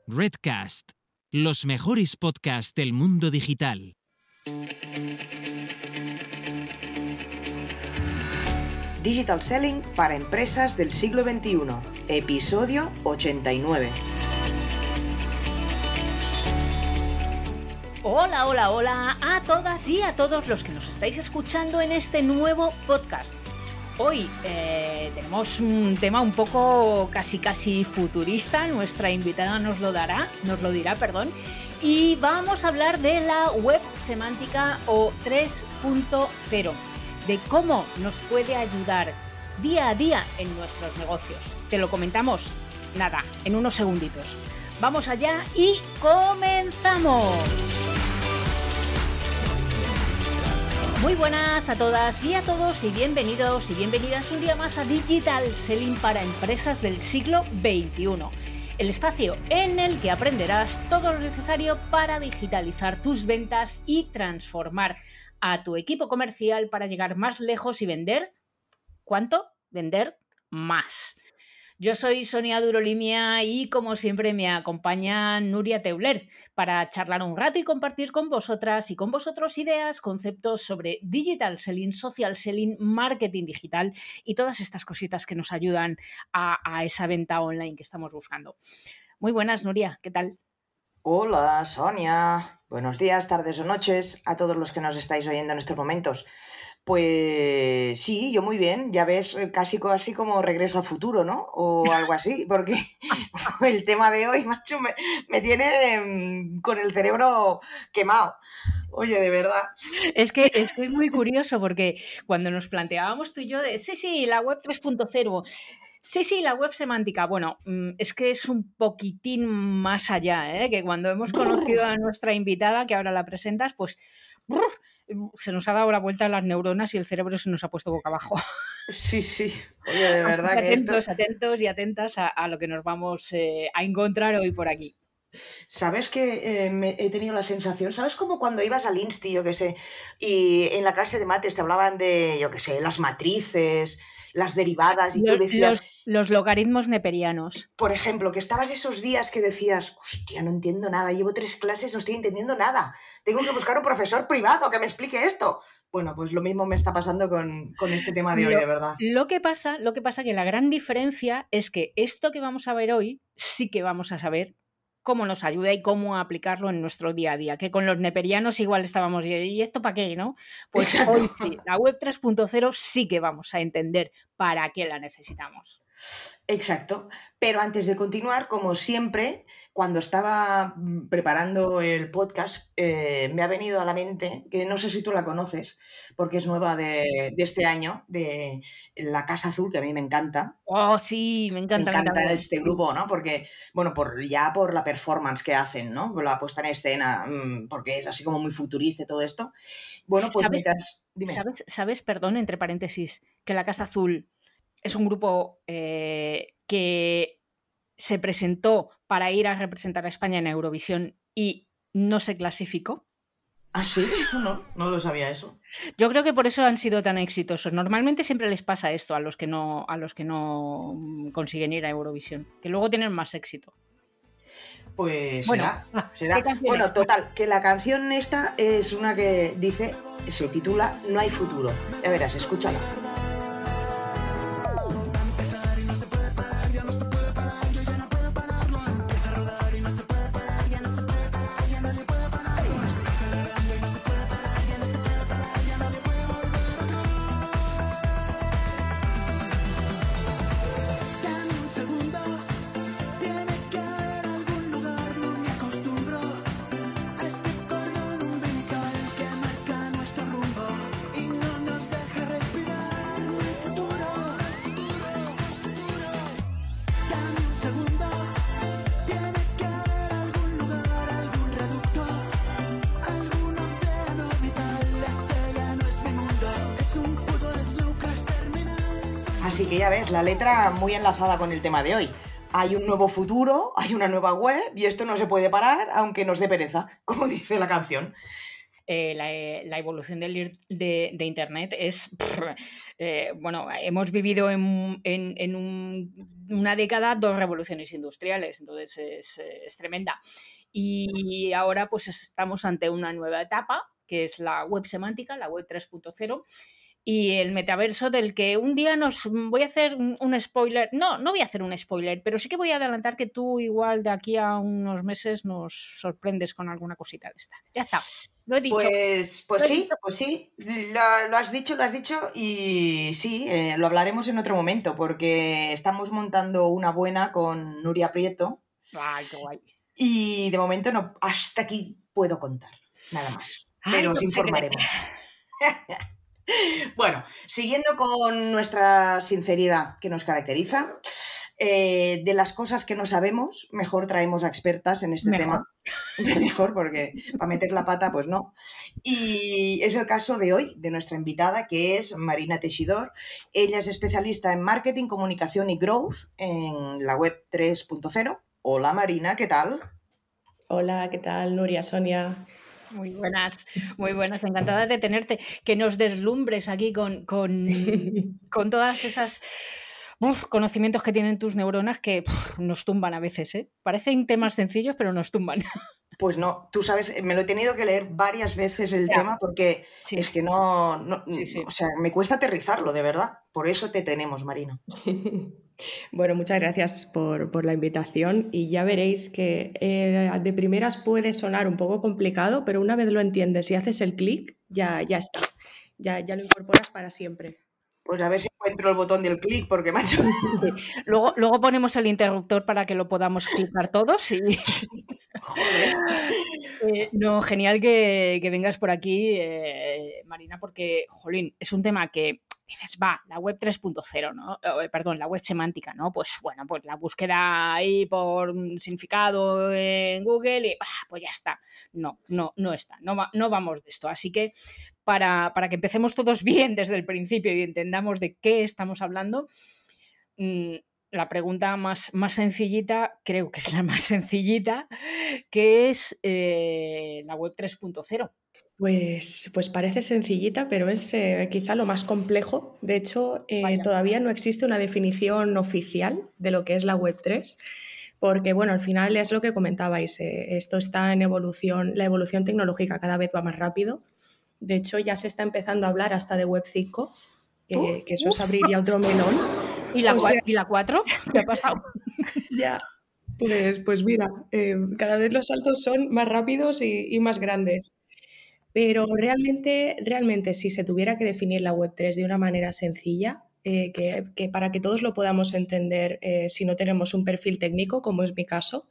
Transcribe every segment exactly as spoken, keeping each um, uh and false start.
Redcast, los mejores podcasts del mundo digital. Digital Selling para empresas del siglo veintiuno, episodio ochenta y nueve. Hola, hola, hola a todas y a todos los que nos estáis escuchando en este nuevo podcast. Hoy eh, tenemos un tema un poco casi casi futurista, nuestra invitada nos lo dará, nos lo dirá, perdón, y vamos a hablar de la web semántica o tres punto cero, de cómo nos puede ayudar día a día en nuestros negocios. ¿Te lo comentamos? Nada, en unos segunditos. Vamos allá y comenzamos. Muy buenas a todas y a todos y bienvenidos y bienvenidas un día más a Digital Selling para empresas del siglo veintiuno. El espacio en el que aprenderás todo lo necesario para digitalizar tus ventas y transformar a tu equipo comercial para llegar más lejos y vender. ¿Cuánto? Vender más. Yo soy Sonia Durolimia y como siempre me acompaña Nuria Teuler para charlar un rato y compartir con vosotras y con vosotros ideas, conceptos sobre digital selling, social selling, marketing digital y todas estas cositas que nos ayudan a, a esa venta online que estamos buscando. Muy buenas, Nuria, ¿qué tal? Hola, Sonia. Buenos días, tardes o noches a todos los que nos estáis oyendo en estos momentos. Pues sí, yo muy bien, ya ves, casi casi como Regreso al Futuro, ¿no? O algo así, porque el tema de hoy, macho, me, me tiene mmm, con el cerebro quemado. Oye, de verdad. Es que, es que es muy curioso porque cuando nos planteábamos tú y yo de, sí, sí, la web tres punto cero, sí, sí, la web semántica, bueno, es que es un poquitín más allá, ¿eh? Que cuando hemos conocido a nuestra invitada, que ahora la presentas, pues brr, se nos ha dado la vuelta a las neuronas y el cerebro se nos ha puesto boca abajo. Sí, sí, oye, de verdad que atentos, esto... atentos y atentas a, a lo que nos vamos eh, a encontrar hoy por aquí. ¿Sabes que eh, me he tenido la sensación? ¿Sabes como cuando ibas al Insti, yo qué sé, y en la clase de mates te hablaban de, yo qué sé, las matrices, las derivadas, y tú Los, decías... los, los logaritmos neperianos. Por ejemplo, que estabas esos días que decías, hostia, no entiendo nada, llevo tres clases, no estoy entendiendo nada, tengo que buscar un profesor privado que me explique esto. Bueno, pues lo mismo me está pasando con, con este tema de hoy, Lo, de verdad. lo que pasa, lo que pasa que la gran diferencia es que esto que vamos a ver hoy sí que vamos a saber cómo nos ayuda y cómo aplicarlo en nuestro día a día, que con los neperianos igual estábamos, ¿y esto para qué, no? Pues Exacto. Hoy sí, la web tres punto cero sí que vamos a entender para qué la necesitamos. Exacto, pero antes de continuar, como siempre, cuando estaba preparando el podcast, eh, me ha venido a la mente, que no sé si tú la conoces, porque es nueva de, de este año, de La Casa Azul, que a mí me encanta. Oh, sí, me encanta. Me encanta me encanta. este grupo, ¿no? Porque, bueno, por, ya por la performance que hacen, ¿no? Por la puesta en escena, porque es así como muy futurista y todo esto. Bueno, pues ¿Sabes, mientras... Dime. ¿sabes, ¿Sabes, perdón, entre paréntesis, que La Casa Azul es un grupo eh, que se presentó para ir a representar a España en Eurovisión y no se clasificó? ¿Ah, sí? No, no lo sabía eso. Yo creo que por eso han sido tan exitosos. Normalmente siempre les pasa esto a los que no, a los que no consiguen ir a Eurovisión, que luego tienen más éxito. Pues bueno, será, será. Bueno, total, que la canción esta es una que dice, se titula No hay futuro. Ya verás, escúchala. Así que ya ves, la letra muy enlazada con el tema de hoy. Hay un nuevo futuro, hay una nueva web y esto no se puede parar aunque nos dé pereza, como dice la canción. eh, la, la evolución del, de, de Internet es, pff, eh, bueno, hemos vivido en, en, en un, una década dos revoluciones industriales, entonces es, es tremenda. Y ahora pues estamos ante una nueva etapa, que es la web semántica, la web tres punto cero, y el metaverso del que un día nos voy a hacer un, un spoiler, no, no voy a hacer un spoiler, pero sí que voy a adelantar que tú igual de aquí a unos meses nos sorprendes con alguna cosita de esta. Ya está, lo he dicho. Pues, pues lo he sí, dicho. pues sí, lo, lo has dicho, lo has dicho y sí, eh, lo hablaremos en otro momento porque estamos montando una buena con Nuria Prieto. Ay, qué guay. Y de momento no, hasta aquí puedo contar, nada más. Pero Ay, os no informaremos. Bueno, siguiendo con nuestra sinceridad que nos caracteriza, eh, de las cosas que no sabemos, mejor traemos a expertas en este Mejor. tema. Mejor, porque para meter la pata, pues no. Y es el caso de hoy, de nuestra invitada, que es Marina Teixidor. Ella es especialista en marketing, comunicación y growth en la web tres punto cero. Hola Marina, ¿qué tal? Hola, ¿qué tal? Nuria, Sonia. Muy buenas, muy buenas, encantadas de tenerte, que nos deslumbres aquí con, con, con todas esas uf, conocimientos que tienen tus neuronas que uf, nos tumban a veces, ¿eh? Parecen temas sencillos, pero nos tumban. Pues no, tú sabes, me lo he tenido que leer varias veces el Ya. tema porque Sí. es que no, no Sí, sí. o sea, me cuesta aterrizarlo, de verdad. Por eso te tenemos, Marina. Bueno, muchas gracias por, por la invitación y ya veréis que eh, de primeras puede sonar un poco complicado, pero una vez lo entiendes y haces el clic, ya, ya está, ya, ya lo incorporas para siempre. Pues a ver si encuentro el botón del clic, porque macho. Sí. Luego, luego ponemos el interruptor para que lo podamos clicar todos y... Joder. Eh, no, genial que, que vengas por aquí, eh, Marina, porque, jolín, es un tema que dices, va, la web tres punto cero, ¿no? Eh, perdón, la web semántica, ¿no? Pues bueno, pues la búsqueda ahí por un significado en Google y bah, pues ya está. No, no, no está, no, va, no vamos de esto. Así que para, para que empecemos todos bien desde el principio y entendamos de qué estamos hablando, mmm, la pregunta más, más sencillita, creo que es la más sencillita, que es eh, la web tres punto cero. Pues, pues parece sencillita, pero es eh, quizá lo más complejo. De hecho, eh, todavía no existe una definición oficial de lo que es la web tres, porque bueno, al final es lo que comentabais, eh, esto está en evolución, la evolución tecnológica cada vez va más rápido. De hecho, ya se está empezando a hablar hasta de web cinco, que, uh, que eso uf. es abriría otro melón. ¿Y la, o sea, ¿y la cuatro? ¿Qué ha pasado? Ya, pues, pues mira, eh, cada vez los saltos son más rápidos y, y más grandes. Pero realmente, realmente, si se tuviera que definir la web tres de una manera sencilla, eh, que, que para que todos lo podamos entender eh, si no tenemos un perfil técnico, como es mi caso,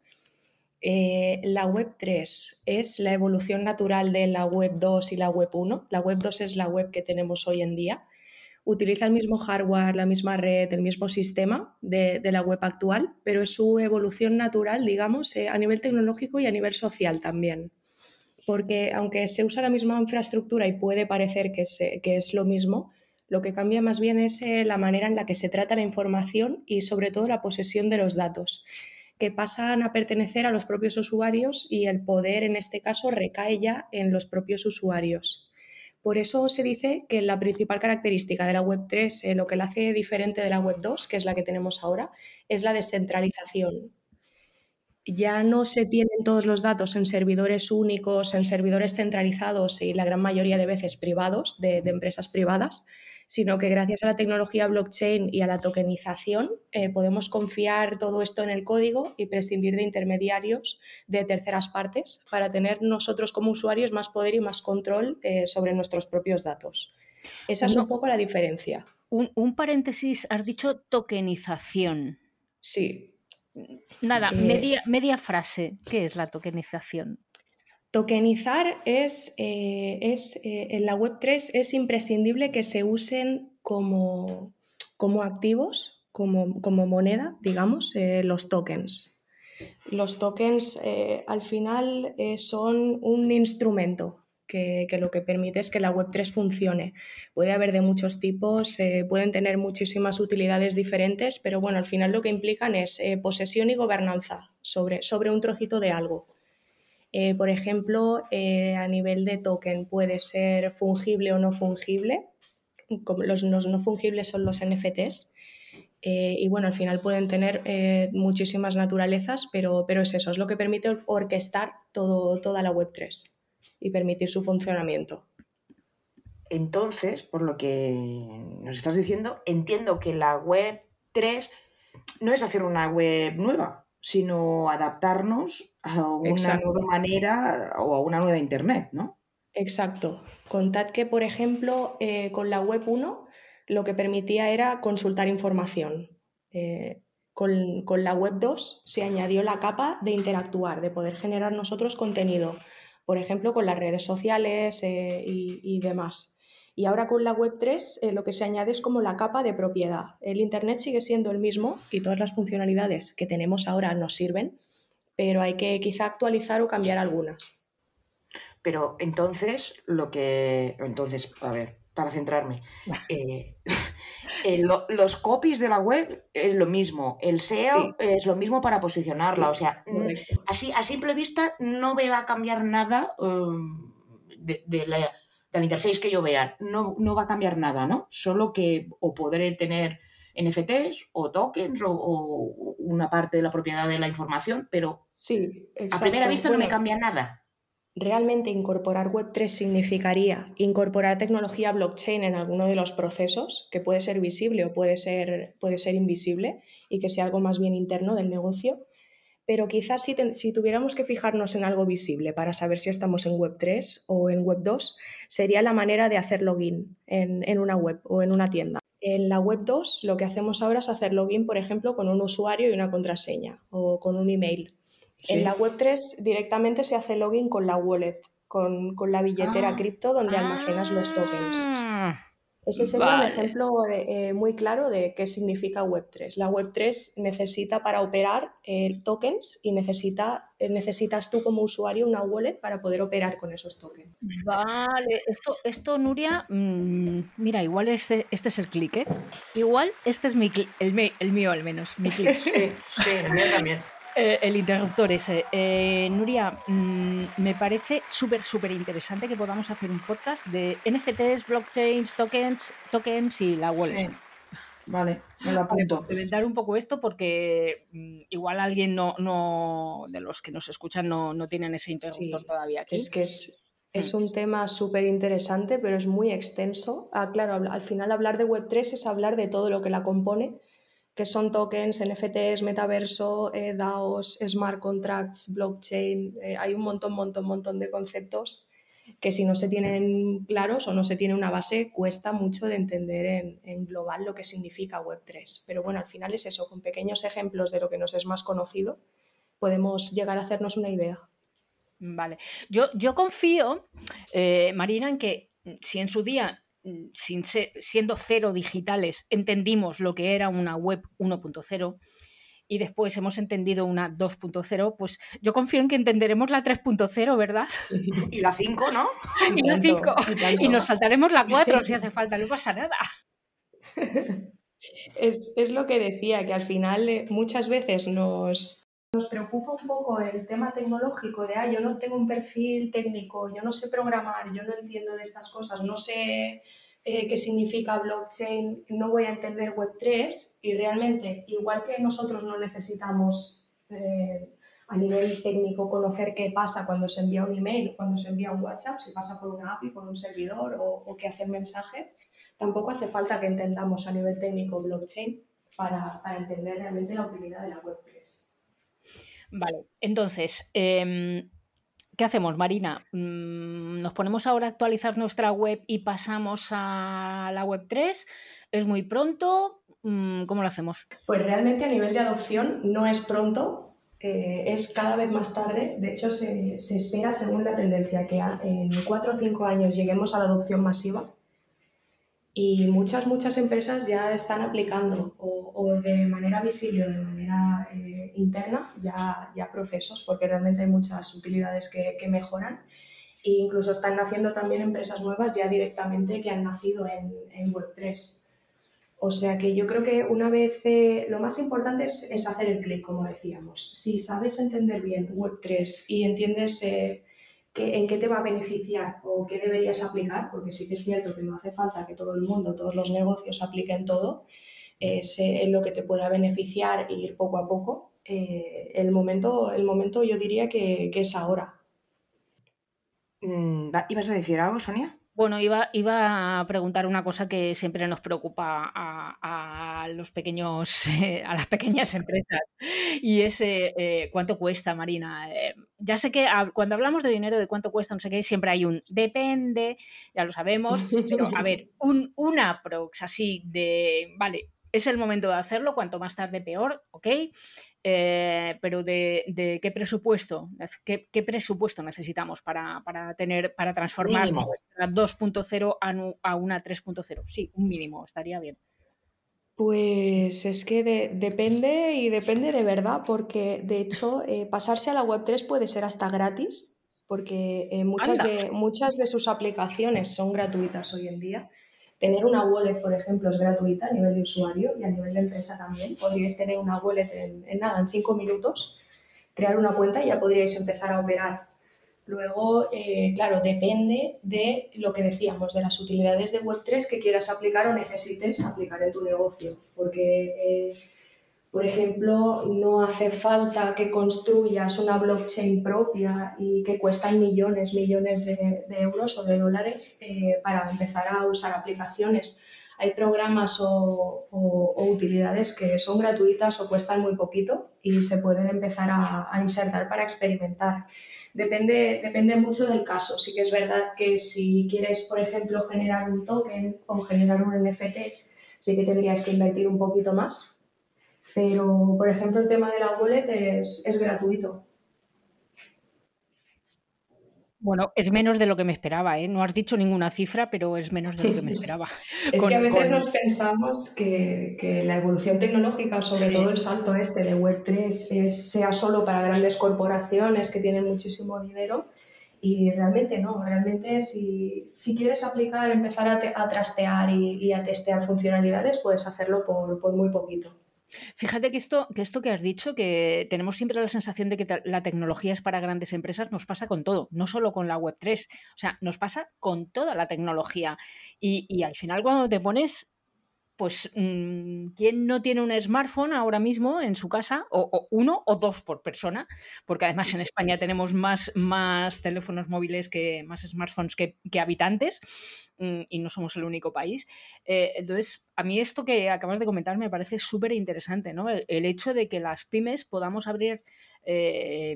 eh, la web tres es la evolución natural de la web dos y la web uno. La web dos es la web que tenemos hoy en día. Utiliza el mismo hardware, la misma red, el mismo sistema de, de la web actual, pero es su evolución natural, digamos, eh, a nivel tecnológico y a nivel social también. Porque aunque se usa la misma infraestructura y puede parecer que es, que es lo mismo, lo que cambia más bien es eh, la manera en la que se trata la información y sobre todo la posesión de los datos, que pasan a pertenecer a los propios usuarios y el poder en este caso recae ya en los propios usuarios. Por eso se dice que la principal característica de la web tres, eh, lo que la hace diferente de la web dos, que es la que tenemos ahora, es la descentralización. Ya no se tienen todos los datos en servidores únicos, en servidores centralizados y la gran mayoría de veces privados, de, de empresas privadas, sino que gracias a la tecnología blockchain y a la tokenización eh, podemos confiar todo esto en el código y prescindir de intermediarios de terceras partes para tener nosotros como usuarios más poder y más control eh, sobre nuestros propios datos. Esa es no, un poco la diferencia. Un, un paréntesis, has dicho tokenización. Sí. Nada, eh, media, media frase. ¿Qué es la tokenización? Tokenizar es, eh, es eh, en la web tres es imprescindible que se usen como, como activos, como, como moneda, digamos, eh, los tokens. Los tokens eh, al final eh, son un instrumento que, que lo que permite es que la web tres funcione. Puede haber de muchos tipos, eh, pueden tener muchísimas utilidades diferentes, pero bueno, al final lo que implican es eh, posesión y gobernanza sobre, sobre un trocito de algo. Eh, por ejemplo, eh, a nivel de token puede ser fungible o no fungible. Como los, los no fungibles son los N F Ts. Eh, y bueno, al final pueden tener eh, muchísimas naturalezas, pero, pero es eso, es lo que permite orquestar todo, toda la web tres y permitir su funcionamiento. Entonces, por lo que nos estás diciendo, entiendo que la web tres no es hacer una web nueva, sino adaptarnos a una Exacto. nueva manera o a una nueva Internet, ¿no? Exacto. Contad que, por ejemplo, eh, con la web uno lo que permitía era consultar información. Eh, con, con la web dos se añadió la capa de interactuar, de poder generar nosotros contenido, por ejemplo, con las redes sociales eh, y, y demás. Y ahora con la web tres eh, lo que se añade es como la capa de propiedad. El Internet sigue siendo el mismo y todas las funcionalidades que tenemos ahora nos sirven, pero hay que quizá actualizar o cambiar algunas. Pero entonces, lo que... Entonces, a ver, para centrarme, eh, eh, lo, los copies de la web es lo mismo, el S E O Sí. es lo mismo para posicionarla, Sí, o sea, correcto. así a simple vista no me va a cambiar nada um, de, de, la, de la interface que yo vea, no, no va a cambiar nada, ¿no? Solo que o podré tener N F Ts o tokens o, o una parte de la propiedad de la información, pero Sí, exacto. a primera vista bueno, no me cambia nada. Realmente incorporar web tres significaría incorporar tecnología blockchain en alguno de los procesos, que puede ser visible o puede ser, puede ser invisible y que sea algo más bien interno del negocio. Pero quizás si, te, si tuviéramos que fijarnos en algo visible para saber si estamos en web tres o en web dos, sería la manera de hacer login en, en una web o en una tienda. En la web dos lo que hacemos ahora es hacer login, por ejemplo, con un usuario y una contraseña o con un email. Sí. En la web tres directamente se hace login con la wallet, con, con la billetera Ah. cripto donde almacenas los tokens. Ese sería Vale. un ejemplo de, eh, muy claro de qué significa web tres. La web tres necesita para operar eh, tokens y necesita, eh, necesitas tú como usuario una wallet para poder operar con esos tokens. Vale, esto, esto Nuria, mmm, mira, igual este, este es el clic, ¿eh? Igual este es mi clic, el, el mío al menos, mi clic. Sí, sí, el mío también. Eh, el interruptor ese. Eh, Nuria, mmm, me parece súper, súper interesante que podamos hacer un podcast de N F Ts, blockchains, tokens, tokens y la wallet. Sí. Vale, me lo apunto. Complementar un poco esto porque mmm, igual alguien no, no de los que nos escuchan no, no tienen ese interruptor Sí, todavía aquí. es que es, es un tema súper interesante, pero es muy extenso. Ah, claro, al final hablar de web tres es hablar de todo lo que la compone, que son tokens, N F Ts, metaverso, eh, DAOs, smart contracts, blockchain. Eh, hay un montón, montón, montón de conceptos que si no se tienen claros o no se tiene una base, cuesta mucho de entender en, en global lo que significa web tres. Pero bueno, al final es eso, con pequeños ejemplos de lo que nos es más conocido, podemos llegar a hacernos una idea. Vale. Yo, yo confío, eh, Marina, en que si en su día, sin ser, siendo cero digitales, entendimos lo que era una web uno punto cero y después hemos entendido una dos punto cero, pues yo confío en que entenderemos la tres punto cero, ¿verdad? Y la cinco, ¿no? Y, y la cinco. Y, y nos saltaremos la cuatro si hace falta, no pasa nada. Es, es lo que decía, que al final eh, muchas veces nos... Nos preocupa un poco el tema tecnológico de, ah, yo no tengo un perfil técnico, yo no sé programar, yo no entiendo de estas cosas, no sé eh, qué significa blockchain, no voy a entender web tres y realmente, igual que nosotros no necesitamos eh, a nivel técnico conocer qué pasa cuando se envía un email, cuando se envía un WhatsApp, si pasa por una A P I, por un servidor o, o qué hace el mensaje, tampoco hace falta que entendamos a nivel técnico blockchain para, para entender realmente la utilidad de la web tres. Vale, entonces, eh, ¿qué hacemos, Marina? ¿Nos ponemos ahora a actualizar nuestra web y pasamos a la web tres? ¿Es muy pronto? ¿Cómo lo hacemos? Pues realmente a nivel de adopción no es pronto, eh, es cada vez más tarde. De hecho, se, se espera, según la tendencia, que en cuatro o cinco años lleguemos a la adopción masiva. Y muchas, muchas empresas ya están aplicando o, o de manera visible o de manera eh, interna ya, ya procesos, porque realmente hay muchas utilidades que, que mejoran. E incluso están naciendo también empresas nuevas ya directamente que han nacido en, en web tres. O sea que yo creo que una vez, eh, lo más importante es, es hacer el clic, como decíamos. Si sabes entender bien web tres y entiendes eh, que, en qué te va a beneficiar o qué deberías aplicar, porque sí que es cierto que no hace falta que todo el mundo, todos los negocios apliquen todo, eh, sé en lo que te pueda beneficiar e ir poco a poco. Eh, el, momento, el momento yo diría que, que es ahora. Mm, va- ¿Ibas a decir algo, Sonia? Bueno, iba, iba a preguntar una cosa que siempre nos preocupa a, a los pequeños, eh, a las pequeñas empresas, y es eh, eh, cuánto cuesta, Marina. Eh, ya sé que a- cuando hablamos de dinero, de cuánto cuesta, no sé qué, siempre hay un depende, ya lo sabemos, pero a ver, un, una aprox así de, vale, es el momento de hacerlo, cuanto más tarde peor, ¿ok? Eh, pero de, de qué presupuesto, qué, qué presupuesto necesitamos para, para tener, para transformar Mínimo. nuestra dos punto cero a, nu- a una tres punto cero. Sí, un mínimo, estaría bien. Pues es que de- depende y depende de verdad, porque de hecho eh, pasarse a la web tres puede ser hasta gratis, porque eh, muchas, Anda. de, muchas de sus aplicaciones son gratuitas hoy en día. Tener una wallet, por ejemplo, es gratuita a nivel de usuario y a nivel de empresa también. Podríais tener una wallet en, en nada, en cinco minutos, crear una cuenta y ya podríais empezar a operar. Luego, eh, claro, depende de lo que decíamos, de las utilidades de web tres que quieras aplicar o necesites aplicar en tu negocio. Porque, eh, por ejemplo, no hace falta que construyas una blockchain propia y que cuestan millones, millones de, de euros o de dólares eh, para empezar a usar aplicaciones. Hay programas o, o, o utilidades que son gratuitas o cuestan muy poquito y se pueden empezar a, a insertar para experimentar. Depende, depende mucho del caso. Sí que es verdad que si quieres, por ejemplo, generar un token o generar un N F T, sí que tendrías que invertir un poquito más. Pero, por ejemplo, el tema de la wallet es, es gratuito. Bueno, es menos de lo que me esperaba, ¿eh? No has dicho ninguna cifra, pero es menos de lo que me esperaba. Es con, que a veces con... nos pensamos que, que la evolución tecnológica, sobre Sí. todo el salto este de web tres, es, sea solo para grandes corporaciones que tienen muchísimo dinero. Y realmente no, realmente si, si quieres aplicar, empezar a, te, a trastear y, y a testear funcionalidades, puedes hacerlo por, por muy poquito. Fíjate que esto, que esto que has dicho, que tenemos siempre la sensación de que te- la tecnología es para grandes empresas, nos pasa con todo, no solo con la web tres, o sea, nos pasa con toda la tecnología. Y, y al final cuando te pones, pues, mmm, ¿quién no tiene un smartphone ahora mismo en su casa? O, o uno o dos por persona, porque además en España tenemos más, más teléfonos móviles, que más smartphones que, que habitantes, mmm, y no somos el único país. Eh, entonces, a mí esto que acabas de comentar me parece súper interesante, ¿no? El, el hecho de que las pymes podamos abrir... Eh,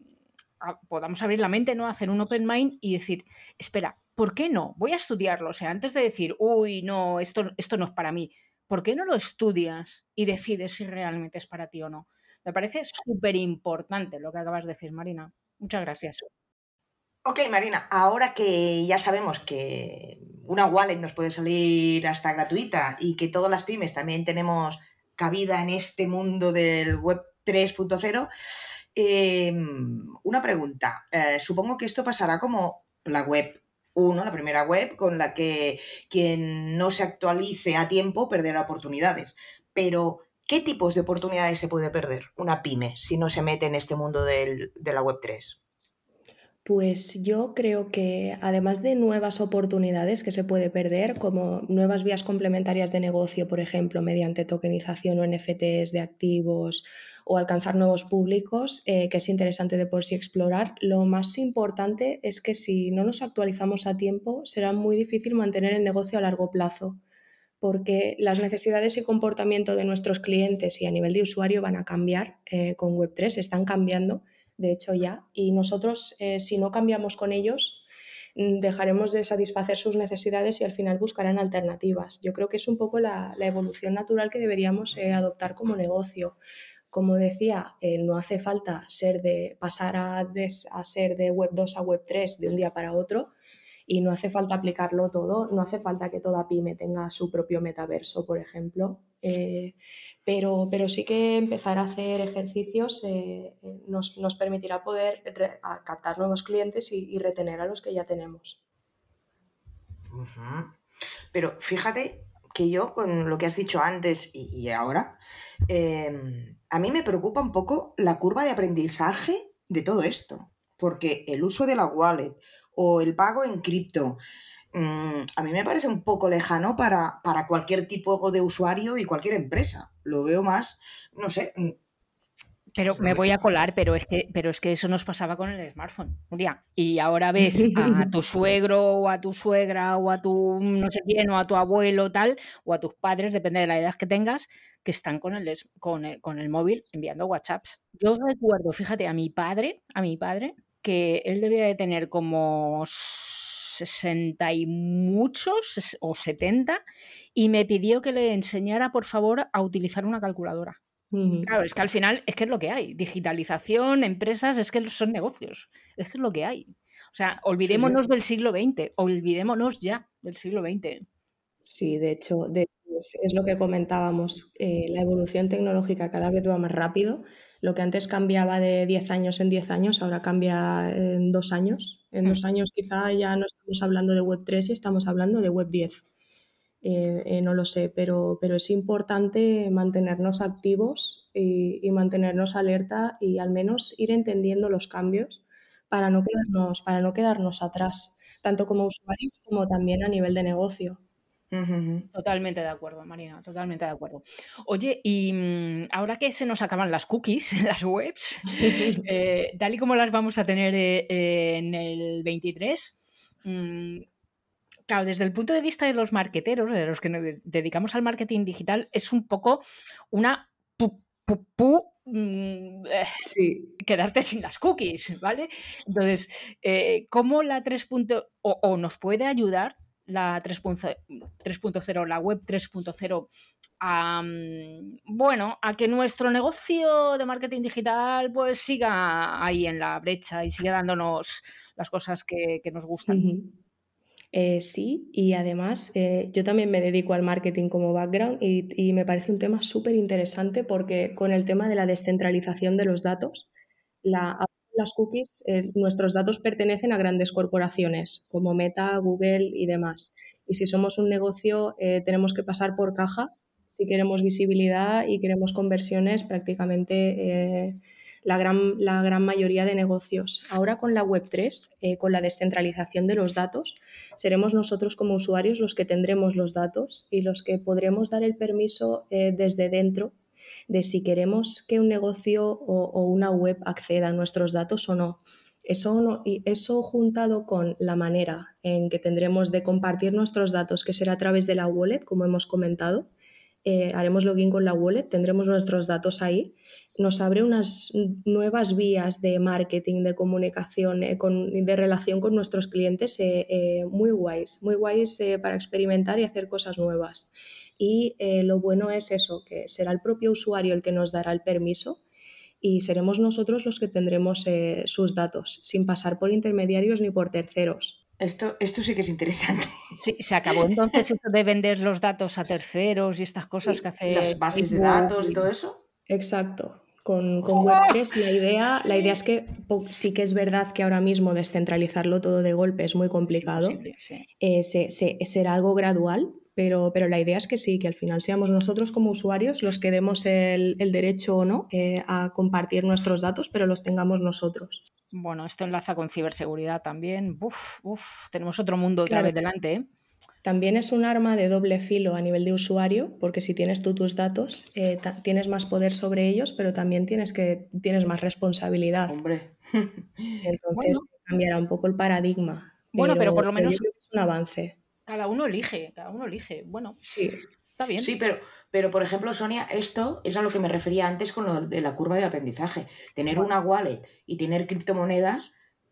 a, podamos abrir la mente, ¿no? Hacer un open mind y decir, espera, ¿por qué no? Voy a estudiarlo. O sea, antes de decir, uy, no, esto, esto no es para mí, ¿por qué no lo estudias y decides si realmente es para ti o no? Me parece súper importante lo que acabas de decir, Marina. Muchas gracias. Ok, Marina, ahora que ya sabemos que una wallet nos puede salir hasta gratuita y que todas las pymes también tenemos cabida en este mundo del web tres punto cero, eh, una pregunta. Eh, supongo que esto pasará como la web uno, la primera web, con la que quien no se actualice a tiempo perderá oportunidades. Pero, ¿qué tipos de oportunidades se puede perder una pyme si no se mete en este mundo del, de la web tres? Pues yo creo que además de nuevas oportunidades que se puede perder, como nuevas vías complementarias de negocio, por ejemplo, mediante tokenización o N F Ts de activos o alcanzar nuevos públicos, eh, que es interesante de por sí explorar, lo más importante es que si no nos actualizamos a tiempo, será muy difícil mantener el negocio a largo plazo, porque las necesidades y comportamiento de nuestros clientes y a nivel de usuario van a cambiar eh, con web tres, están cambiando, de hecho ya, y nosotros eh, si no cambiamos con ellos dejaremos de satisfacer sus necesidades y al final buscarán alternativas. Yo creo que es un poco la, la evolución natural que deberíamos eh, adoptar como negocio. Como decía, eh, no hace falta ser de, pasar a, des, a ser de web dos a web tres de un día para otro, y no hace falta aplicarlo todo, no hace falta que toda pyme tenga su propio metaverso, por ejemplo, eh, pero, pero sí que empezar a hacer ejercicios eh, nos, nos permitirá poder re, a captar nuevos clientes y, y retener a los que ya tenemos. Uh-huh. Pero fíjate que yo, con lo que has dicho antes y, y ahora, eh, a mí me preocupa un poco la curva de aprendizaje de todo esto, porque el uso de la wallet o el pago en cripto, mmm, a mí me parece un poco lejano para, para cualquier tipo de usuario y cualquier empresa. Lo veo más, no sé... Pero me voy a colar, pero es que, pero es que eso nos pasaba con el smartphone, Nuria. Y ahora ves a tu suegro o a tu suegra o a tu no sé quién o a tu abuelo tal, o a tus padres, depende de la edad que tengas, que están con el, con el, con el móvil enviando WhatsApps. Yo recuerdo, fíjate, a mi padre, a mi padre, que él debía de tener como sesenta y muchos o setenta y me pidió que le enseñara, por favor, a utilizar una calculadora. Uh-huh. Claro, es que al final es que es lo que hay. Digitalización, empresas, es que son negocios. Es que es lo que hay. O sea, olvidémonos sí, sí. del siglo veinte, olvidémonos ya del siglo veinte. Sí, de hecho, de, es, es lo que comentábamos. Eh, la evolución tecnológica cada vez va más rápido. Lo que antes cambiaba de diez años en diez años, ahora cambia en dos años. En hmm. dos años quizá ya no estamos hablando de web tres y estamos hablando de web diez. Eh, eh, no lo sé, pero, pero es importante mantenernos activos y, y mantenernos alerta y al menos ir entendiendo los cambios para no quedarnos, para no quedarnos atrás, tanto como usuarios como también a nivel de negocio. Uh-huh. Totalmente de acuerdo, Marina, totalmente de acuerdo. Oye, y mmm, ahora que se nos acaban las cookies en las webs, eh, tal y como las vamos a tener eh, en el veintitrés, mmm, claro, desde el punto de vista de los marketeros, de los que nos dedicamos al marketing digital, es un poco una pu, pu, pu, mmm, sí. quedarte sin las cookies, ¿vale? Entonces, eh, ¿cómo la tres. O, o nos puede ayudar la tres punto cero, la web tres punto cero, a, bueno, a que nuestro negocio de marketing digital pues siga ahí en la brecha y siga dándonos las cosas que, que nos gustan? Uh-huh. Eh, sí, y además eh, yo también me dedico al marketing como background y, y me parece un tema súper interesante porque con el tema de la descentralización de los datos, la, las cookies, eh, nuestros datos pertenecen a grandes corporaciones como Meta, Google y demás. Y si somos un negocio eh, tenemos que pasar por caja si queremos visibilidad y queremos conversiones prácticamente... Eh, La gran, la gran mayoría de negocios. Ahora con la web tres, eh, con la descentralización de los datos, seremos nosotros como usuarios los que tendremos los datos y los que podremos dar el permiso eh, desde dentro de si queremos que un negocio o, o una web acceda a nuestros datos o no. Eso, no, y eso juntado con la manera en que tendremos de compartir nuestros datos, que será a través de la wallet, como hemos comentado, Eh, haremos login con la wallet, tendremos nuestros datos ahí, nos abre unas nuevas vías de marketing, de comunicación, eh, con, de relación con nuestros clientes eh, eh, muy guays, muy guays eh, para experimentar y hacer cosas nuevas. Y eh, lo bueno es eso, que será el propio usuario el que nos dará el permiso y seremos nosotros los que tendremos eh, sus datos, sin pasar por intermediarios ni por terceros. Esto, esto sí que es interesante. Sí, se acabó entonces eso de vender los datos a terceros y estas cosas sí, que hace... Las bases de datos y todo eso. Exacto. Con, con web tres la idea, sí. la idea es que sí que es verdad que ahora mismo descentralizarlo todo de golpe es muy complicado. Sí, sí. Eh, se, se, será algo gradual, pero, pero la idea es que sí, que al final seamos nosotros como usuarios los que demos el, el derecho o no eh, a compartir nuestros datos, pero los tengamos nosotros. Bueno, esto enlaza con ciberseguridad también. Uf, uf, tenemos otro mundo otra claro. vez delante, ¿eh? También es un arma de doble filo a nivel de usuario, porque si tienes tú tus datos, eh, tienes más poder sobre ellos, pero también tienes, que, tienes más responsabilidad. Hombre. Entonces bueno. cambiará un poco el paradigma. Bueno, pero, pero por lo menos yo creo que es un avance. Cada uno elige, cada uno elige. Bueno, sí. Está bien. Sí, pero, pero por ejemplo, Sonia, esto es a lo que me refería antes con lo de la curva de aprendizaje. Tener bueno. una wallet y tener criptomonedas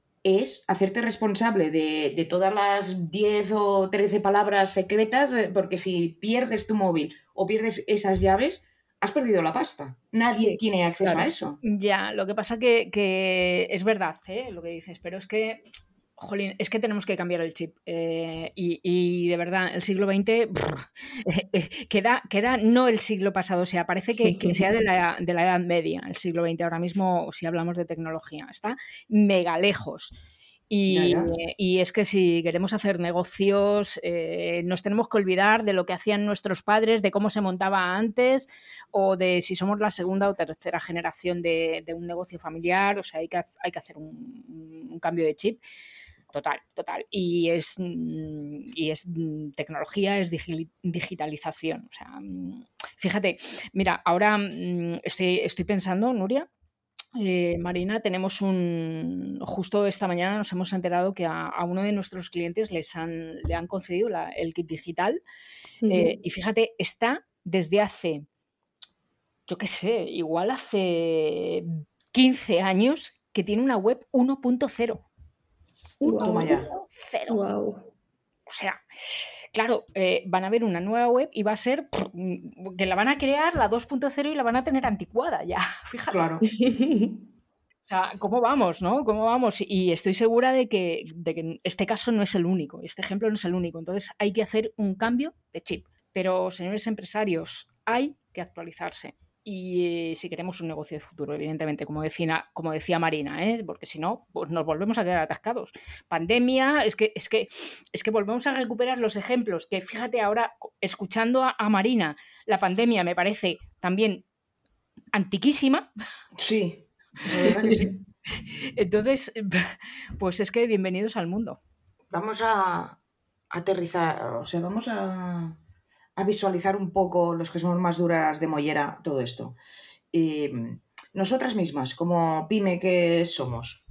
es hacerte responsable de, de todas las diez o trece palabras secretas, porque si pierdes tu móvil o pierdes esas llaves, has perdido la pasta. Nadie sí, tiene acceso claro. a eso. Ya, lo que pasa que, que es verdad, ¿eh? Lo que dices, pero es que... Jolín, es que tenemos que cambiar el chip eh, y, y de verdad el siglo veinte brr, eh, eh, queda, queda no el siglo pasado, o sea, parece que, que sea de la, de la Edad Media el siglo veinte ahora mismo si hablamos de tecnología, está mega lejos Y, Ya, ya. y es que si queremos hacer negocios, eh, nos tenemos que olvidar de lo que hacían nuestros padres, de cómo se montaba antes, o de si somos la segunda o tercera generación de, de un negocio familiar. O sea, hay que, haz- hay que hacer un, un cambio de chip. Total, total. Y es, mm, y es mm, tecnología, es digi- digitalización. O sea, mm, fíjate, mira, ahora mm, estoy, estoy pensando, Nuria, eh, Marina, tenemos un. Justo esta mañana nos hemos enterado que a, a uno de nuestros clientes les han, le han concedido la- el kit digital. eh, Ujú. y fíjate, está desde hace, yo qué sé, igual hace quince años que tiene una web uno punto cero. Toma Wow, ya. uno punto cero. wow. O sea, claro, eh, van a ver una nueva web y va a ser pff, mm, que la van a crear la dos punto cero y la van a tener anticuada ya, fíjate. Claro. O sea, ¿cómo vamos, no? ¿Cómo vamos? Y estoy segura de que, de que este caso no es el único, este ejemplo no es el único. Entonces hay que hacer un cambio de chip. Pero, señores empresarios, hay que actualizarse. Y eh, si queremos un negocio de futuro, evidentemente, como decía, como decía Marina, ¿eh? Porque si no, pues nos volvemos a quedar atascados. Pandemia, es que, es que, es que volvemos a recuperar los ejemplos. Que fíjate ahora, escuchando a, a Marina, la pandemia me parece también antiquísima. Sí, la verdad que sí. Entonces, pues es que bienvenidos al mundo. Vamos a aterrizar, o sea, vamos a, a visualizar un poco los que somos más duras de mollera todo esto. Eh, nosotras mismas, como pyme que somos,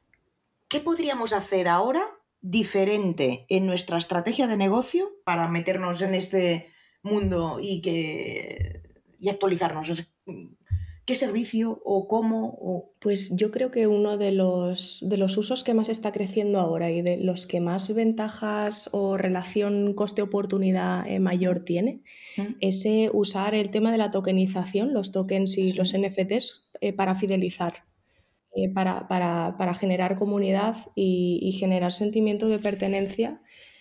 ¿qué podríamos hacer ahora diferente en nuestra estrategia de negocio para meternos en este mundo y que y actualizarnos? ¿Qué servicio o cómo? O... Pues yo creo que uno de los, de los usos que más está creciendo ahora y de los que más ventajas o relación coste-oportunidad eh, mayor tiene ¿Mm? es eh, usar el tema de la tokenización, los tokens y Sí. los N F Ts eh, para fidelizar, eh, para, para, para generar comunidad y, y generar sentimiento de pertenencia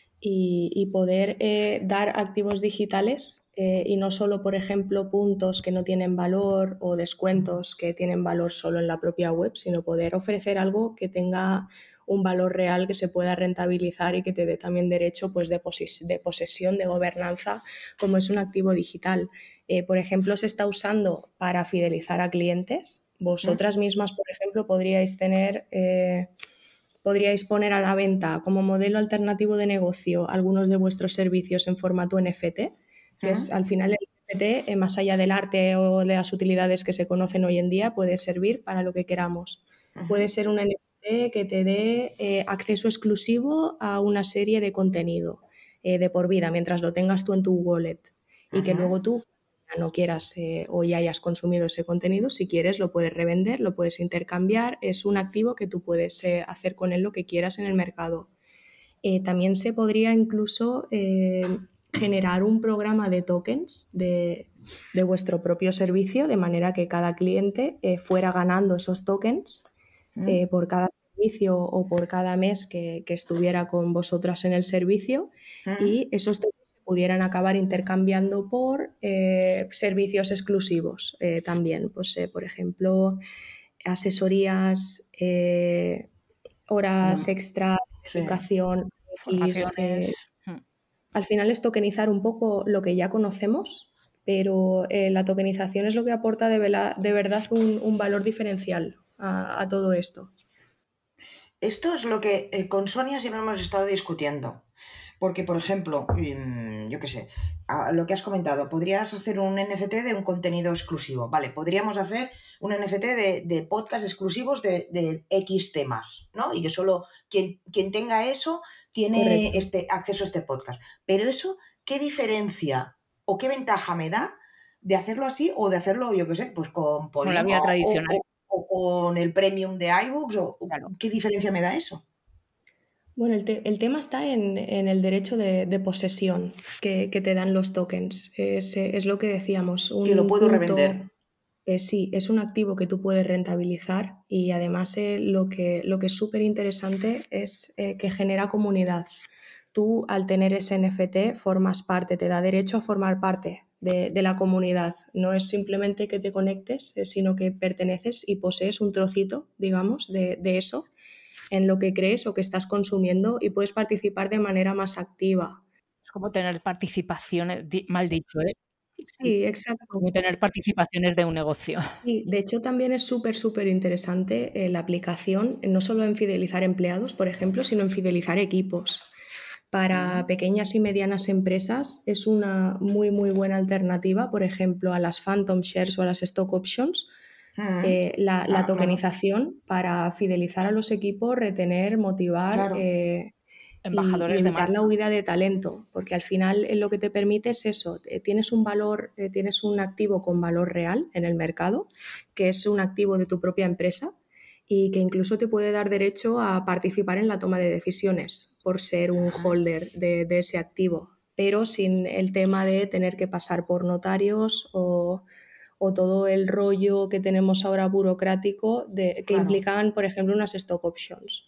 y, y poder eh, dar activos digitales eh, y no solo, por ejemplo, puntos que no tienen valor o descuentos que tienen valor solo en la propia web, sino poder ofrecer algo que tenga un valor real que se pueda rentabilizar y que te dé también derecho pues, de, poses de posesión, de gobernanza, como es un activo digital. Eh, por ejemplo, se está usando para fidelizar a clientes. Vosotras mismas, por ejemplo, podríais tener... Eh, podríais poner a la venta como modelo alternativo de negocio algunos de vuestros servicios en formato N F T, que es al final el N F T, eh, más allá del arte o de las utilidades que se conocen hoy en día, puede servir para lo que queramos. Uh-huh. Puede ser un N F T que te dé eh, acceso exclusivo a una serie de contenido eh, de por vida, mientras lo tengas tú en tu wallet y Uh-huh. que luego tú no quieras eh, o ya hayas consumido ese contenido, si quieres lo puedes revender, lo puedes intercambiar, es un activo que tú puedes eh, hacer con él lo que quieras en el mercado. Eh, también se podría incluso eh, generar un programa de tokens de, de vuestro propio servicio, de manera que cada cliente eh, fuera ganando esos tokens eh, por cada servicio o por cada mes que, que estuviera con vosotras en el servicio, y esos tokens pudieran acabar intercambiando por eh, servicios exclusivos eh, también. Pues, eh, por ejemplo, asesorías, eh, horas extra, Sí. educación, Formaciones. eh, al final es tokenizar un poco lo que ya conocemos, pero eh, la tokenización es lo que aporta de, vela, de verdad un, un valor diferencial a, a todo esto. Esto es lo que eh, con Sonia siempre hemos estado discutiendo. Porque, por ejemplo, yo qué sé, lo que has comentado, podrías hacer un N F T de un contenido exclusivo. Vale, podríamos hacer un N F T de, de podcast exclusivos de, de X temas, ¿no? Y que solo quien, quien tenga eso tiene este, acceso a este podcast. Pero eso, ¿qué diferencia o qué ventaja me da de hacerlo así o de hacerlo, yo qué sé, pues con Podimo, con la vía tradicional? O, o, o con el premium de iBooks? O, claro. ¿Qué diferencia me da eso? Bueno, el, te el tema está en, en el derecho de, de posesión que, que te dan los tokens. Es, es lo que decíamos. Un que lo puedo punto, revender. Eh, sí, es un activo que tú puedes rentabilizar y además eh, lo que, lo que es súper interesante es eh, que genera comunidad. Tú al tener ese N F T formas parte, te da derecho a formar parte de, de la comunidad. No es simplemente que te conectes, eh, sino que perteneces y posees un trocito, digamos, de, de eso. en lo que crees o que estás consumiendo y puedes participar de manera más activa. Es como tener participaciones, mal dicho, ¿eh? Sí, exacto. Como tener participaciones de un negocio. Sí, de hecho también es súper, súper interesante eh, la aplicación, no solo en fidelizar empleados, por ejemplo, sino en fidelizar equipos. Para pequeñas y medianas empresas es una muy, muy buena alternativa, por ejemplo, a las Phantom Shares o a las Stock Options. Mm. Eh, la, Ah, la claro. tokenización para fidelizar a los equipos, retener, motivar Claro. eh, y, y Embajadores de evitar la marca. huida de talento, porque al final eh, lo que te permite es eso, eh, tienes un valor, eh, tienes un activo con valor real en el mercado, que es un activo de tu propia empresa y que incluso te puede dar derecho a participar en la toma de decisiones por ser un Ajá. holder de, de ese activo, pero sin el tema de tener que pasar por notarios o, o todo el rollo que tenemos ahora burocrático de, que Claro. implican, por ejemplo, unas stock options.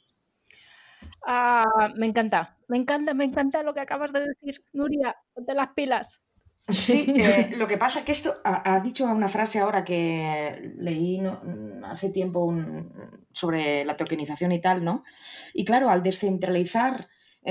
Ah, me encanta, me encanta, me encanta lo que acabas de decir, Nuria, ponte las pilas. Sí, eh, lo que pasa es que esto ha, ha dicho una frase ahora que leí no, hace tiempo un, sobre la tokenización y tal, ¿no? Y claro, al descentralizar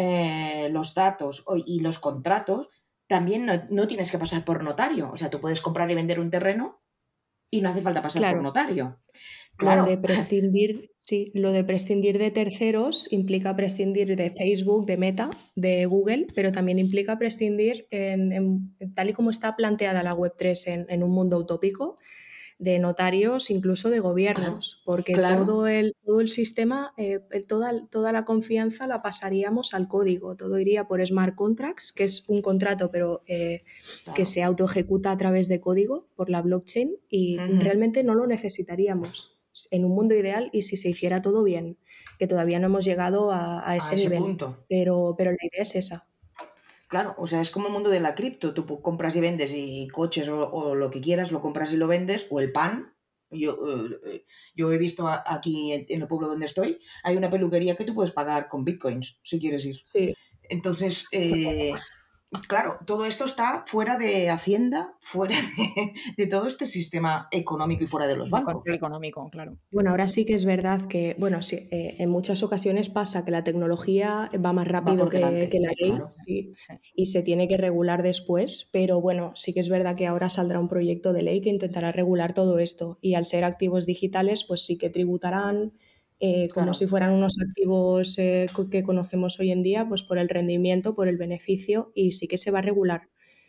eh, los datos o- y los contratos, también no, no tienes que pasar por notario. O sea, tú puedes comprar y vender un terreno y no hace falta pasar por Claro. notario. Lo de Claro, prescindir, sí, lo de prescindir de terceros implica prescindir de Facebook, de Meta, de Google, pero también implica prescindir, en, en- tal y como está planteada la web tres en, en un mundo utópico, de notarios, incluso de gobiernos, porque claro. todo el, todo el sistema, eh, toda, toda la confianza la pasaríamos al código, todo iría por smart contracts, que es un contrato, pero eh, Claro. que se autoejecuta a través de código por la blockchain y Ujú. realmente no lo necesitaríamos en un mundo ideal y si se hiciera todo bien, que todavía no hemos llegado a, a ese A ese nivel, punto. pero, pero la idea es esa. Claro, o sea, es como el mundo de la cripto. Tú pu- compras y vendes y coches o, o lo que quieras, lo compras y lo vendes, o el pan. Yo, eh, eh, yo he visto a- aquí en, en el pueblo donde estoy, hay una peluquería que tú puedes pagar con bitcoins si quieres ir. Sí. Entonces, eh, claro, todo esto está fuera de Hacienda, fuera de, de todo este sistema económico y fuera de los De bancos. control económico, claro. Bueno, ahora sí que es verdad que, bueno, sí, eh, en muchas ocasiones pasa que la tecnología va más rápido por que, delante, que la ley, claro. sí, Sí. y se tiene que regular después, pero bueno, sí que es verdad que ahora saldrá un proyecto de ley que intentará regular todo esto y al ser activos digitales, pues sí que tributarán eh, como Claro. si fueran unos activos eh, co- que conocemos hoy en día, pues por el rendimiento, por el beneficio y sí que se va a regular.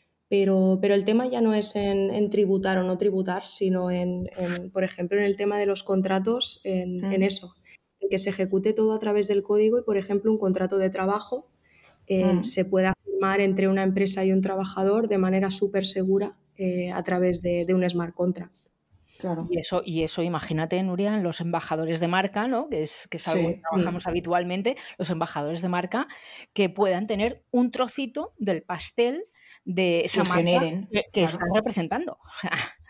Pero, pero el tema ya no es en, en tributar o no tributar, sino en, en, por ejemplo, en el tema de los contratos, en, en Mm. eso, en que se ejecute todo a través del código y, por ejemplo, un contrato de trabajo eh, Mm. se pueda firmar entre una empresa y un trabajador de manera súper segura eh, a través de, de un smart contract. Claro. Y eso, y eso, imagínate, Nuria, en los embajadores de marca, ¿no? Que es, que es algo que Sí. trabajamos habitualmente, los embajadores de marca, que puedan tener un trocito del pastel de esa Que marca generen, que, que claro. están representando. O sea,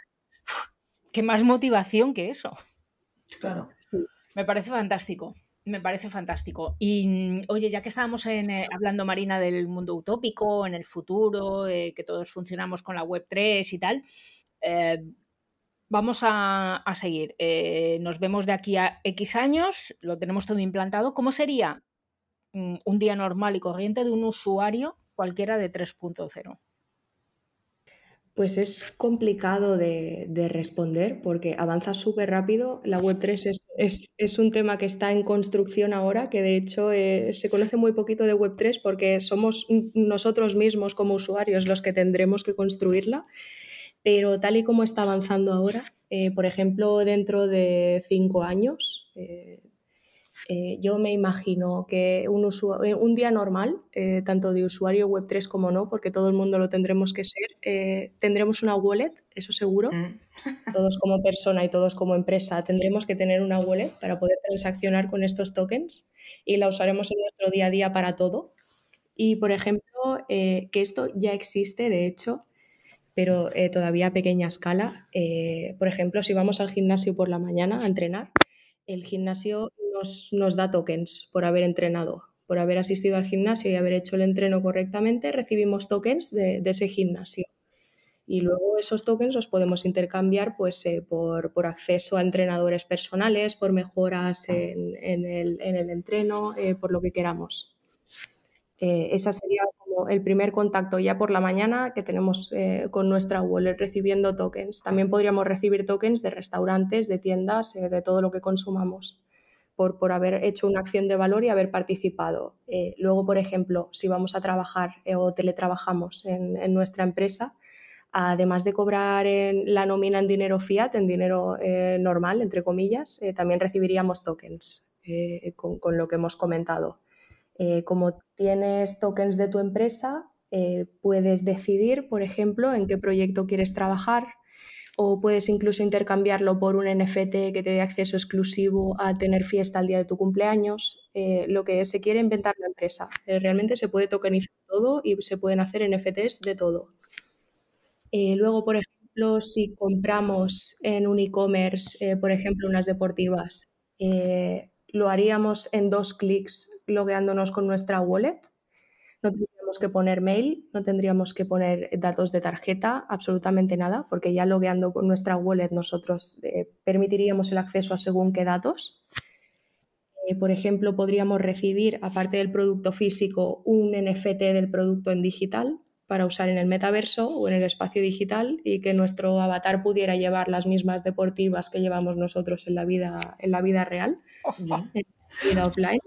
qué más motivación que eso. Claro. Sí. Me parece fantástico. Me parece fantástico. Y mm, oye, ya que estábamos en, eh, hablando, Marina, del mundo utópico, en el futuro, eh, que todos funcionamos con la web tres y tal, eh, vamos a, a seguir. Eh, nos vemos de aquí a X años, lo tenemos todo implantado. ¿Cómo sería mm, un día normal y corriente de un usuario cualquiera de tres punto cero? Pues es complicado de, de responder porque avanza súper rápido. La web tres es, es- es un tema que está en construcción ahora, que de hecho eh, se conoce muy poquito de web tres porque somos n- nosotros mismos como usuarios los que tendremos que construirla. Pero tal y como está avanzando ahora, eh, por ejemplo, dentro de cinco años, eh, eh, yo me imagino que un, usua- eh, un día normal, eh, tanto de usuario web tres como no, porque todo el mundo lo tendremos que ser, eh, tendremos una wallet, eso seguro. Mm. Todos como persona y todos como empresa tendremos que tener una wallet para poder transaccionar con estos tokens y la usaremos en nuestro día a día para todo. Y, por ejemplo, eh, que esto ya existe, de hecho, pero eh, todavía a pequeña escala. Eh, por ejemplo, si vamos al gimnasio por la mañana a entrenar, el gimnasio nos, nos da tokens por haber entrenado, por haber asistido al gimnasio y haber hecho el entreno correctamente, recibimos tokens de, de ese gimnasio. Y luego esos tokens los podemos intercambiar pues, eh, por, por acceso a entrenadores personales, por mejoras en, en, el, en el entreno, eh, por lo que queramos. Eh, ese sería como el primer contacto ya por la mañana que tenemos eh, con nuestra wallet recibiendo tokens. También podríamos recibir tokens de restaurantes, de tiendas, eh, de todo lo que consumamos por, por haber hecho una acción de valor y haber participado. Eh, luego, por ejemplo, si vamos a trabajar eh, o teletrabajamos en, en nuestra empresa, además de cobrar en la nómina en dinero fiat, en dinero eh, normal, entre comillas, eh, también recibiríamos tokens eh, con, con lo que hemos comentado. Eh, como tienes tokens de tu empresa, eh, puedes decidir, por ejemplo, en qué proyecto quieres trabajar, o puedes incluso intercambiarlo por un N F T que te dé acceso exclusivo a tener fiesta al día de tu cumpleaños, eh, lo que se quiere inventar la empresa. Eh, realmente se puede tokenizar todo y se pueden hacer N F Ts de todo. Eh, luego, por ejemplo, si compramos en un e-commerce, eh, por ejemplo, unas deportivas, eh, lo haríamos en dos clics logueándonos con nuestra wallet. No tendríamos que poner mail, no tendríamos que poner datos de tarjeta, absolutamente nada, porque ya logueando con nuestra wallet nosotros eh, permitiríamos el acceso a según qué datos. Eh, por ejemplo, podríamos recibir, aparte del producto físico, un N F T del producto en digital para usar en el metaverso o en el espacio digital y que nuestro avatar pudiera llevar las mismas deportivas que llevamos nosotros en la vida, en la vida real, Oh, en la vida offline.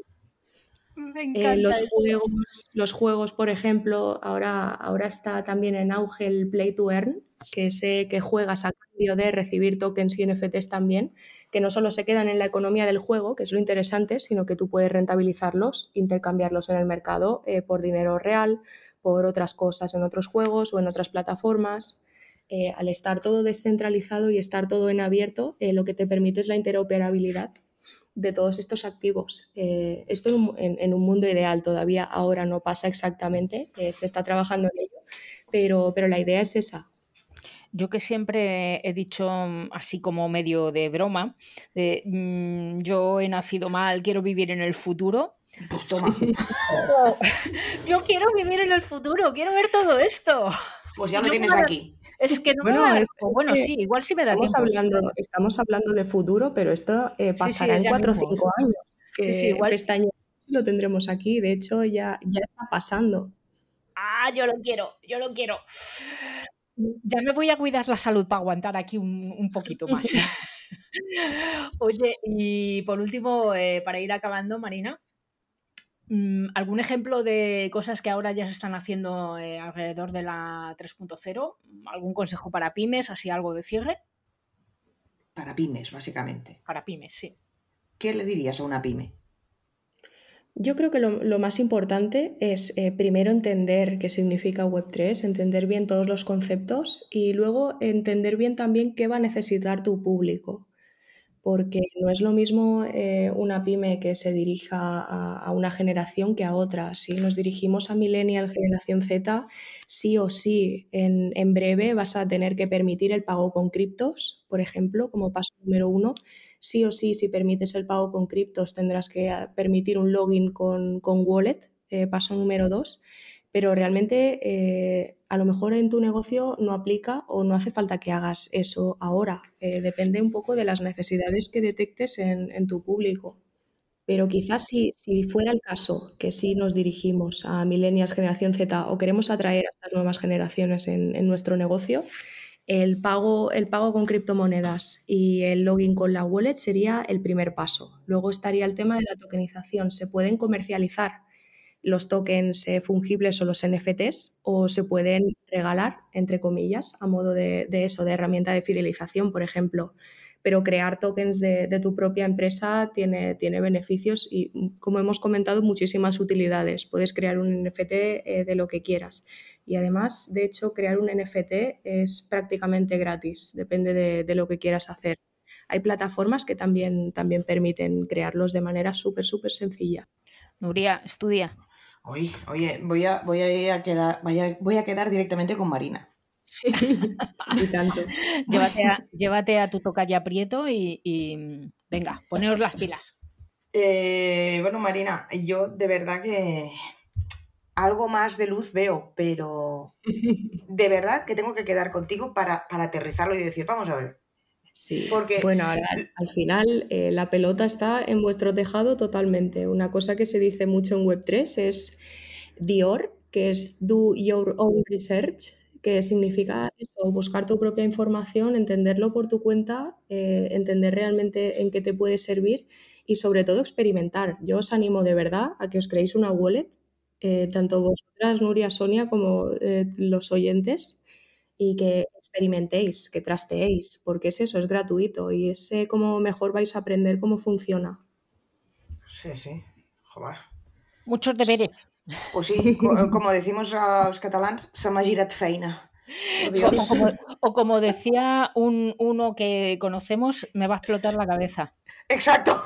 me encanta Eh, los, esto. juegos, los juegos, por ejemplo, ahora, ahora está también en auge el Play to Earn, que sé que juegas a cambio de recibir tokens y N F Ts también, que no solo se quedan en la economía del juego, que es lo interesante, sino que tú puedes rentabilizarlos, intercambiarlos en el mercado eh, por dinero real, por otras cosas en otros juegos o en otras plataformas. Eh, al estar todo descentralizado y estar todo en abierto, eh, lo que te permite es la interoperabilidad de todos estos activos. Eh, esto en un, en, en un mundo ideal todavía ahora no pasa exactamente, eh, se está trabajando en ello, pero, pero la idea es esa. Yo que siempre he dicho así como medio de broma, de, mmm, yo he nacido mal, quiero vivir en el futuro. Pues toma. Oh, yo quiero vivir en el futuro, quiero ver todo esto. Pues ya lo Yo tienes para- aquí. Es que no Bueno, me va a- es- o es bueno, que sí, igual sí me da Estamos tiempo. hablando, estamos hablando de futuro, pero esto eh, Sí, sí, pasará en ya cuatro o mismo. cinco años. Que Sí, sí, igual. Este año lo tendremos aquí, de hecho ya, ya está pasando. Ah, yo lo quiero, yo lo quiero. Ya me voy a cuidar la salud para aguantar aquí un, un poquito más. Oye, y por último, eh, para ir acabando, Marina, mm, ¿algún ejemplo de cosas que ahora ya se están haciendo eh, alrededor de la tres punto cero? ¿Algún consejo para pymes, así algo de cierre? Para pymes, básicamente. Para pymes, sí. ¿Qué le dirías a una pyme? Yo creo que lo, lo más importante es eh, primero entender qué significa web tres, entender bien todos los conceptos y luego entender bien también qué va a necesitar tu público. Porque no es lo mismo eh, una pyme que se dirija a, a una generación que a otra. Si nos dirigimos a Millennial, generación Z, sí o sí, en, en breve vas a tener que permitir el pago con criptos, por ejemplo, como paso número uno. Sí o sí, si permites el pago con criptos, tendrás que permitir un login con, con wallet, eh, paso número dos. Pero realmente eh, a lo mejor en tu negocio no aplica o no hace falta que hagas eso ahora. Eh, depende un poco de las necesidades que detectes en, en tu público. Pero quizás si, si fuera el caso que sí nos dirigimos a millennials, generación Z o queremos atraer a estas nuevas generaciones en, en nuestro negocio, el pago, el pago con criptomonedas y el login con la wallet sería el primer paso. Luego estaría el tema de la tokenización. Se pueden comercializar los tokens eh, fungibles o los N F Ts o se pueden regalar, entre comillas, a modo de, de eso, de herramienta de fidelización, por ejemplo. Pero crear tokens de, de tu propia empresa tiene, tiene beneficios y, como hemos comentado, muchísimas utilidades. Puedes crear un N F T eh, de lo que quieras. Y además, de hecho, crear un N F T es prácticamente gratis, depende de, de lo que quieras hacer. Hay plataformas que también, también permiten crearlos de manera súper, súper sencilla. Nuria, estudia. Oye, oye, voy a, voy a, ir a quedar, vaya, voy a quedar directamente con Marina. Y tanto. Llévate a, llévate a tu tocaya Prieto y, y venga, poneos las pilas. Eh, bueno, Marina, yo de verdad que algo más de luz veo, pero de verdad que tengo que quedar contigo para, para aterrizarlo y decir, vamos a ver. Sí, Porque... bueno, ahora, al final eh, la pelota está en vuestro tejado totalmente. Una cosa que se dice mucho en web tres es D O R, que es Do Your Own Research, que significa eso, buscar tu propia información, entenderlo por tu cuenta, eh, entender realmente en qué te puede servir y sobre todo experimentar. Yo os animo de verdad a que os creéis una wallet, eh, tanto vosotras, Nuria, Sonia, como eh, los oyentes, y que experimentéis, que trasteéis, porque es eso, es gratuito y es eh, como mejor vais a aprender cómo funciona. Sí, sí, joder. Muchos deberes. Pues sí, co como decimos los catalans, se m'ha girat feina. O, o, como, o como decía un, uno que conocemos, me va a explotar la cabeza. Exacto.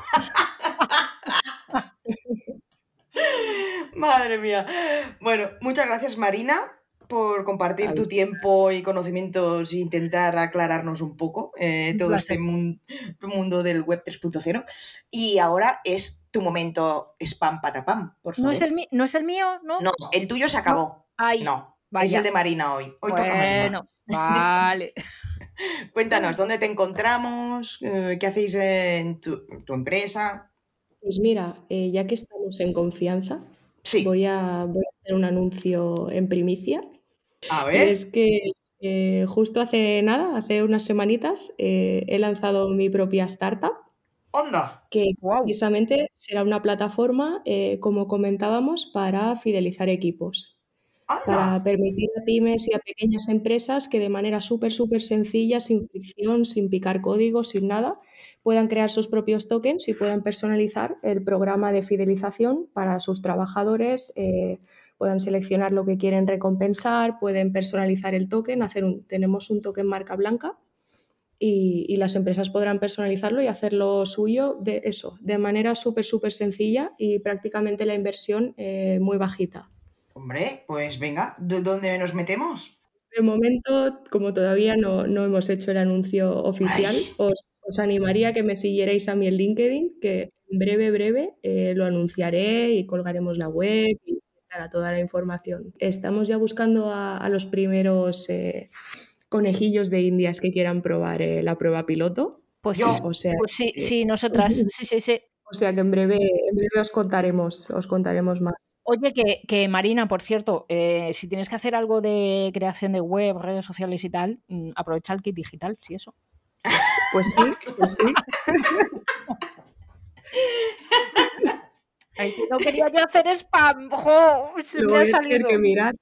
Madre mía. Bueno, muchas gracias, Marina, por compartir Ay. tu tiempo y conocimientos e intentar aclararnos un poco eh, todo este mun mundo del web tres punto cero. Y ahora es tu momento spam patapam, por favor. ¿No es el, ¿no es el mío? ¿No? No, el tuyo se acabó. No, Ay, no vaya. Es el de Marina hoy. Hoy bueno, toca Marina. Vale. Cuéntanos, ¿dónde te encontramos? ¿Qué hacéis en tu, tu empresa? Pues mira, eh, ya que estamos en confianza, sí. voy, a, voy a hacer un anuncio en primicia. A ver. Y es que eh, justo hace nada, hace unas semanitas, eh, he lanzado mi propia startup. ¡Onda! Que wow. precisamente será una plataforma, eh, como comentábamos, para fidelizar equipos. ¡Anda! Para permitir a pymes y a pequeñas empresas que de manera súper, súper sencilla, sin fricción, sin picar código, sin nada, puedan crear sus propios tokens y puedan personalizar el programa de fidelización para sus trabajadores, eh, puedan seleccionar lo que quieren recompensar, pueden personalizar el token, hacer un, tenemos un token marca blanca y, y las empresas podrán personalizarlo y hacerlo suyo de eso, de manera súper, súper sencilla y prácticamente la inversión eh, muy bajita. Hombre, pues venga, ¿dónde nos metemos? De momento, como todavía no, no hemos hecho el anuncio oficial, os, os animaría a que me siguierais a mí en LinkedIn, que en breve, breve eh, lo anunciaré y colgaremos la web y estará toda la información. Estamos ya buscando a, a los primeros eh, conejillos de indias que quieran probar eh, la prueba piloto. Pues, Yo, o sea, pues sí, sí, nosotras, sí, sí, sí. O sea que en breve, en breve os contaremos, os contaremos más. Oye, que, que Marina, por cierto, eh, si tienes que hacer algo de creación de web, redes sociales y tal, aprovecha el kit digital, sí, eso. Pues sí, pues sí. Ay, no quería yo hacer spam, ¡jo! Se Lo me voy ha salido. a tener que mirar.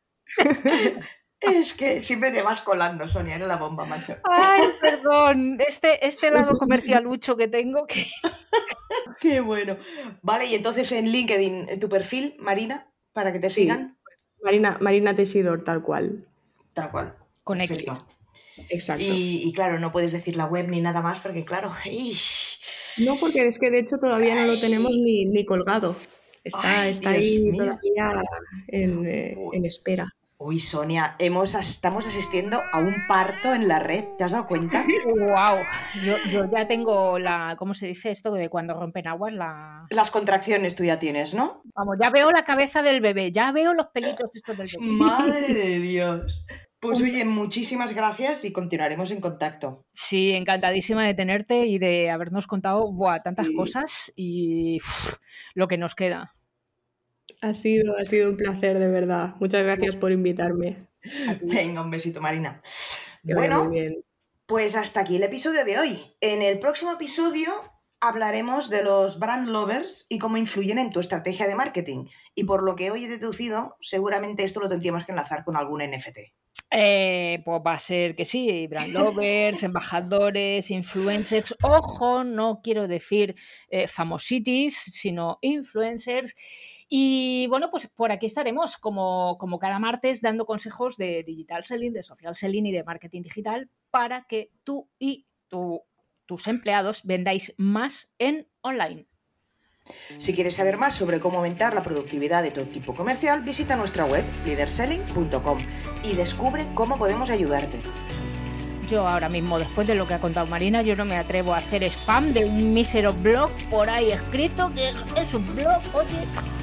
Es que siempre te vas colando, Sonia, en la bomba, macho. Ay, perdón, este, este lado comercialucho que tengo que... Qué bueno. Vale, y entonces en LinkedIn, tu perfil, Marina, para que te sí. sigan. Marina, Marina Teixidor, tal cual. Tal cual. Con Perfecto. X. Exacto. Y, y claro, no puedes decir la web ni nada más porque, claro... ¡ish! No, porque es que de hecho todavía no lo tenemos ni, ni colgado. Está, Ay, está ahí mío. todavía en, eh, en espera. Uy, Sonia, hemos, estamos asistiendo a un parto en la red, ¿te has dado cuenta? ¡Wow! Yo, yo ya tengo la, ¿cómo se dice esto? De cuando rompen aguas, la... Las contracciones tú ya tienes, ¿no? Vamos, ya veo la cabeza del bebé, ya veo los pelitos estos del bebé. ¡Madre de Dios! Pues oye, muchísimas gracias y continuaremos en contacto. Sí, encantadísima de tenerte y de habernos contado buah, tantas sí. cosas y uff, lo que nos queda. Ha sido, ha sido un placer, de verdad. Muchas gracias por invitarme. Venga, un besito, Marina. Que bueno, muy bien. Pues hasta aquí el episodio de hoy. En el próximo episodio hablaremos de los brand lovers y cómo influyen en tu estrategia de marketing. Y por lo que hoy he deducido, seguramente esto lo tendríamos que enlazar con algún N F T. Eh, pues va a ser que sí, brand lovers, embajadores, influencers, ojo, no quiero decir eh, famositis, sino influencers. Y bueno, pues por aquí estaremos como, como cada martes dando consejos de digital selling, de social selling y de marketing digital para que tú y tu, tus empleados vendáis más en online. Si quieres saber más sobre cómo aumentar la productividad de tu equipo comercial, visita nuestra web leaderselling punto com y descubre cómo podemos ayudarte. Yo ahora mismo, después de lo que ha contado Marina, yo no me atrevo a hacer spam de un mísero blog por ahí escrito, que es un blog, oye...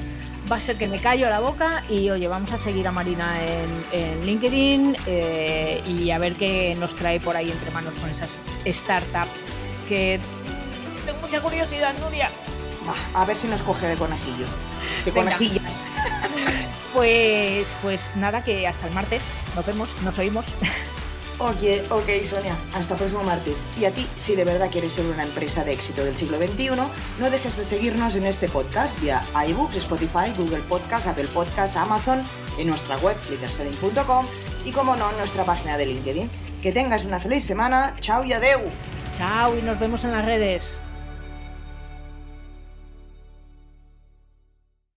va a ser que me callo la boca y oye, vamos a seguir a Marina en, en LinkedIn eh, y a ver qué nos trae por ahí entre manos con esas startups que tengo mucha curiosidad, Nuria. A ver si nos coge de conejillo, de Venga. conejillas. Pues, pues nada, que hasta el martes, nos vemos, nos oímos. Oye, ok, Sonia, hasta el próximo martes. Y a ti, si de verdad quieres ser una empresa de éxito del siglo veintiuno, no dejes de seguirnos en este podcast vía iBooks, Spotify, Google Podcast, Apple Podcast, Amazon, en nuestra web leaderselling punto com y, como no, en nuestra página de LinkedIn. Que tengas una feliz semana. Chao y adeu. Chao y nos vemos en las redes.